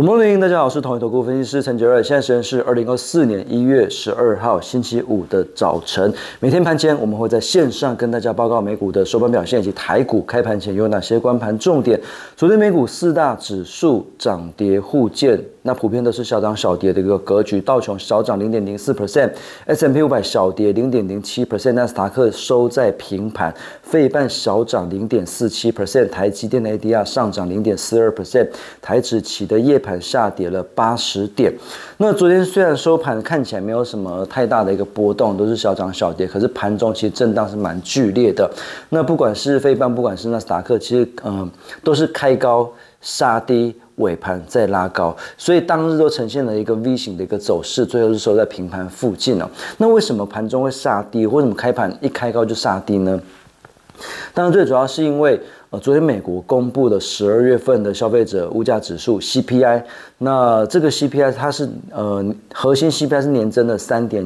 Good morning， 大家好，我是统一投顾分析师陈杰瑞，现在时间是2024年1月12号星期五的早晨。每天盘前我们会在线上跟大家报告美股的收盘表现以及台股开盘前有哪些观盘重点。昨天美股四大指数涨跌互见，那普遍都是小涨小跌的一个格局。道琼小涨 0.04%，S&P 500小跌 0.07%， 纳斯达克收在平盘，费半小涨 0.47%， 台积电的 ADR 上涨 0.42%， 台指期的夜盘下跌了80点。那昨天虽然收盘看起来没有什么太大的一个波动，都是小涨小跌，可是盘中其实震荡是蛮剧烈的。那不管是费半，不管是纳斯达克，其实都是开高杀低，尾盘再拉高，所以当日都呈现了一个 V 型的一个走势，最后是收在平盘附近了。那为什么盘中会杀低？为什么开盘一开高就杀低呢？当然最主要是因为昨天美国公布的12月份的消费者物价指数 CPI， 那这个 CPI 它是核心 CPI 是年增的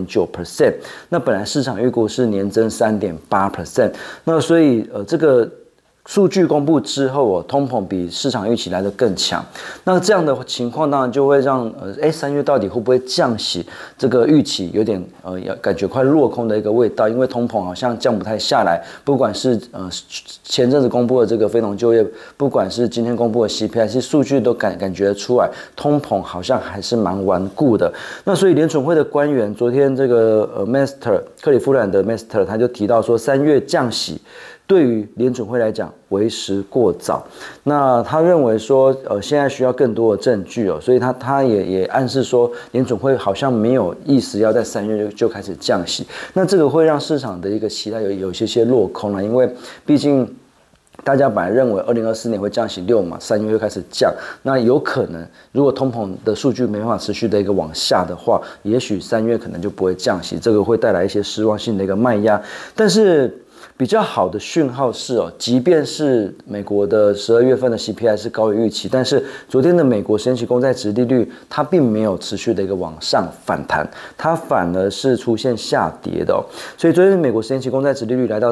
3.9%， 那本来市场预估是年增 3.8%， 那所以这个数据公布之后，通膨比市场预期来得更强。那这样的情况当然就会让3月到底会不会降息？这个预期有点感觉快落空的一个味道，因为通膨好像降不太下来。不管是前阵子公布的这个非农就业，不管是今天公布的 CPI， 其实数据都感觉出来，通膨好像还是蛮顽固的。那所以联准会的官员昨天这个Master 克里夫兰的 Master 他就提到说，3月降息对于联准会来讲为时过早，那他认为说，现在需要更多的证据所以他也暗示说，联准会好像没有意思要在3月就开始降息，那这个会让市场的一个期待有些落空了，因为毕竟大家本来认为2024年会降息6嘛，3月就开始降，那有可能如果通膨的数据没办法持续的一个往下的话，也许3月可能就不会降息，这个会带来一些失望性的一个卖压，但是比较好的讯号是即便是美国的12月份的 CPI 是高于预期，但是昨天的美国10年期公债殖利率它并没有持续的一个往上反弹，它反而是出现下跌的所以昨天美国10年期公债殖利率来到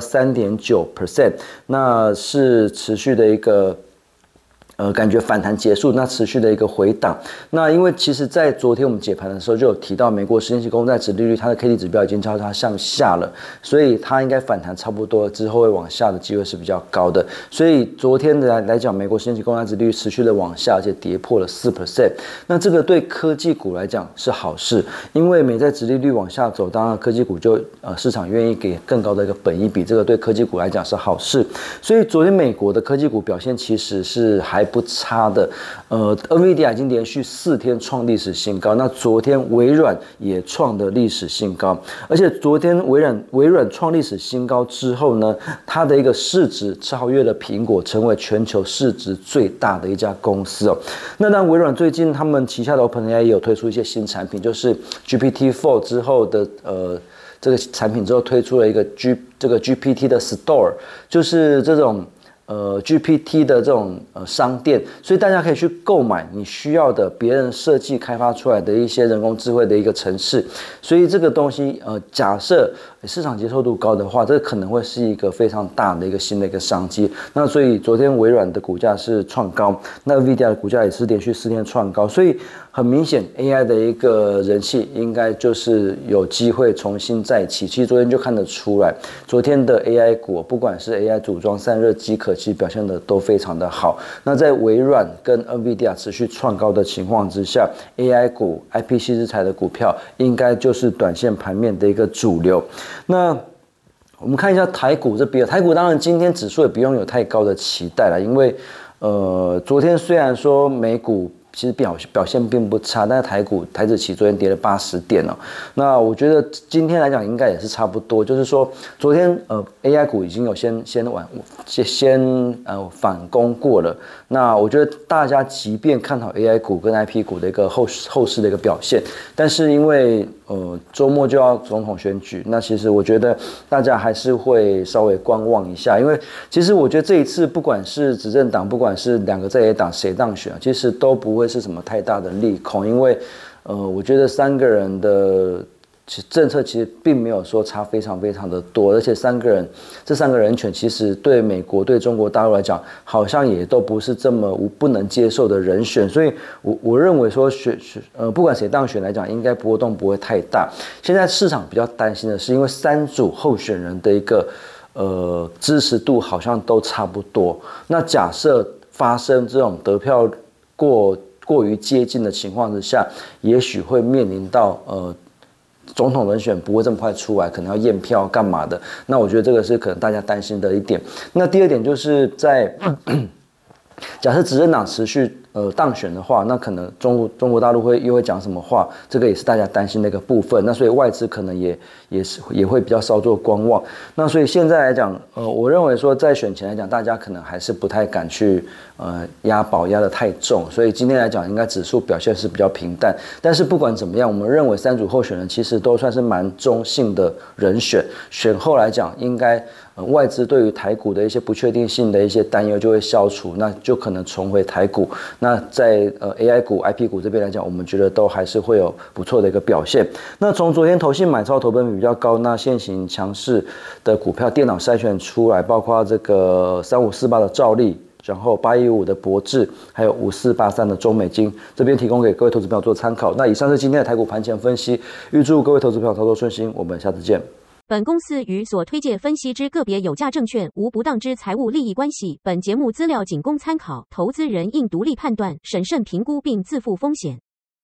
3.9%， 那是持续的一个感觉反弹结束，那持续的一个回档。那因为其实在昨天我们解盘的时候就有提到，美国10年期公债殖利率它的 KD 指标已经交叉向下了，所以它应该反弹差不多之后会往下的机会是比较高的。所以昨天的来讲，美国10年期公债殖利率持续的往下，而且跌破了 4%。那这个对科技股来讲是好事，因为美债殖利率往下走，当然科技股就市场愿意给更高的一个本益比，这个对科技股来讲是好事。所以昨天美国的科技股表现其实是还不差的，NVIDIA 已经连续4天创历史新高，那昨天微软也创的历史新高，而且昨天微软创历史新高之后呢，它的一个市值超越了苹果，成为全球市值最大的一家公司那当然微软最近他们旗下的 OpenAI 也有推出一些新产品，就是 GPT-4 之后的这个产品之后推出了一个这个 GPT 的 Store， 就是这种GPT 的这种商店，所以大家可以去购买你需要的别人设计开发出来的一些人工智慧的一个程式，所以这个东西假设市场接受度高的话，这可能会是一个非常大的一个新的一个商机。那所以昨天微软的股价是创高，那 NVIDIA 的股价也是连续4天创高，所以很明显 AI 的一个人气应该就是有机会重新再起。其实昨天就看得出来，昨天的 AI 股不管是 AI 组装散热机壳，其实表现的都非常的好。那在微软跟 NVIDIA 持续创高的情况之下， AI 股 IPC 之材的股票应该就是短线盘面的一个主流。那我们看一下台股这边，台股当然今天指数也不用有太高的期待了，因为昨天虽然说美股其实表现并不差，但是台指期昨天跌了80点那我觉得今天来讲应该也是差不多，就是说昨天AI 股已经有先反攻过了。那我觉得大家即便看好 AI 股跟 IP 股的一个后市的一个表现，但是因为周末就要总统选举，那其实我觉得大家还是会稍微观望一下，因为其实我觉得这一次不管是执政党，不管是2个在野党谁当选，其实都不会是什么太大的利空，因为我觉得3个人的其实政策其实并没有说差非常非常的多，而且这三个人选其实对美国对中国大陆来讲，好像也都不是这么不能接受的人选，所以我认为说不管谁当选来讲，应该波动不会太大。现在市场比较担心的是，因为三组候选人的一个支持度好像都差不多，那假设发生这种得票过于接近的情况之下，也许会面临到总统人选不会这么快出来，可能要验票干嘛的。那我觉得这个是可能大家担心的一点。那第二点就是在假设执政党持续当选的话，那可能中国大陆又会讲什么话，这个也是大家担心的一个部分。那所以外资可能也会比较稍作观望。那所以现在来讲，我认为说在选前来讲，大家可能还是不太敢去押宝押得太重，所以今天来讲，应该指数表现是比较平淡。但是不管怎么样，我们认为三组候选人其实都算是蛮中性的人选，选后来讲，应该外资对于台股的一些不确定性的一些担忧就会消除，那就可能重回台股。那在AI 股、IP 股这边来讲，我们觉得都还是会有不错的一个表现。那从昨天投信买超投本比比较高，那现行强势的股票电脑筛选出来，包括这个3548的兆利，然后8155的博智，还有5483的中美金，这边提供给各位投资朋友做参考。那以上是今天的台股盘前分析，预祝各位投资朋友操作顺心，我们下次见。 本公司与所推介分析之个别有价证券无不当之财务利益关系。本节目资料仅供参考，投资人应独立判断、审慎评估并自负风险。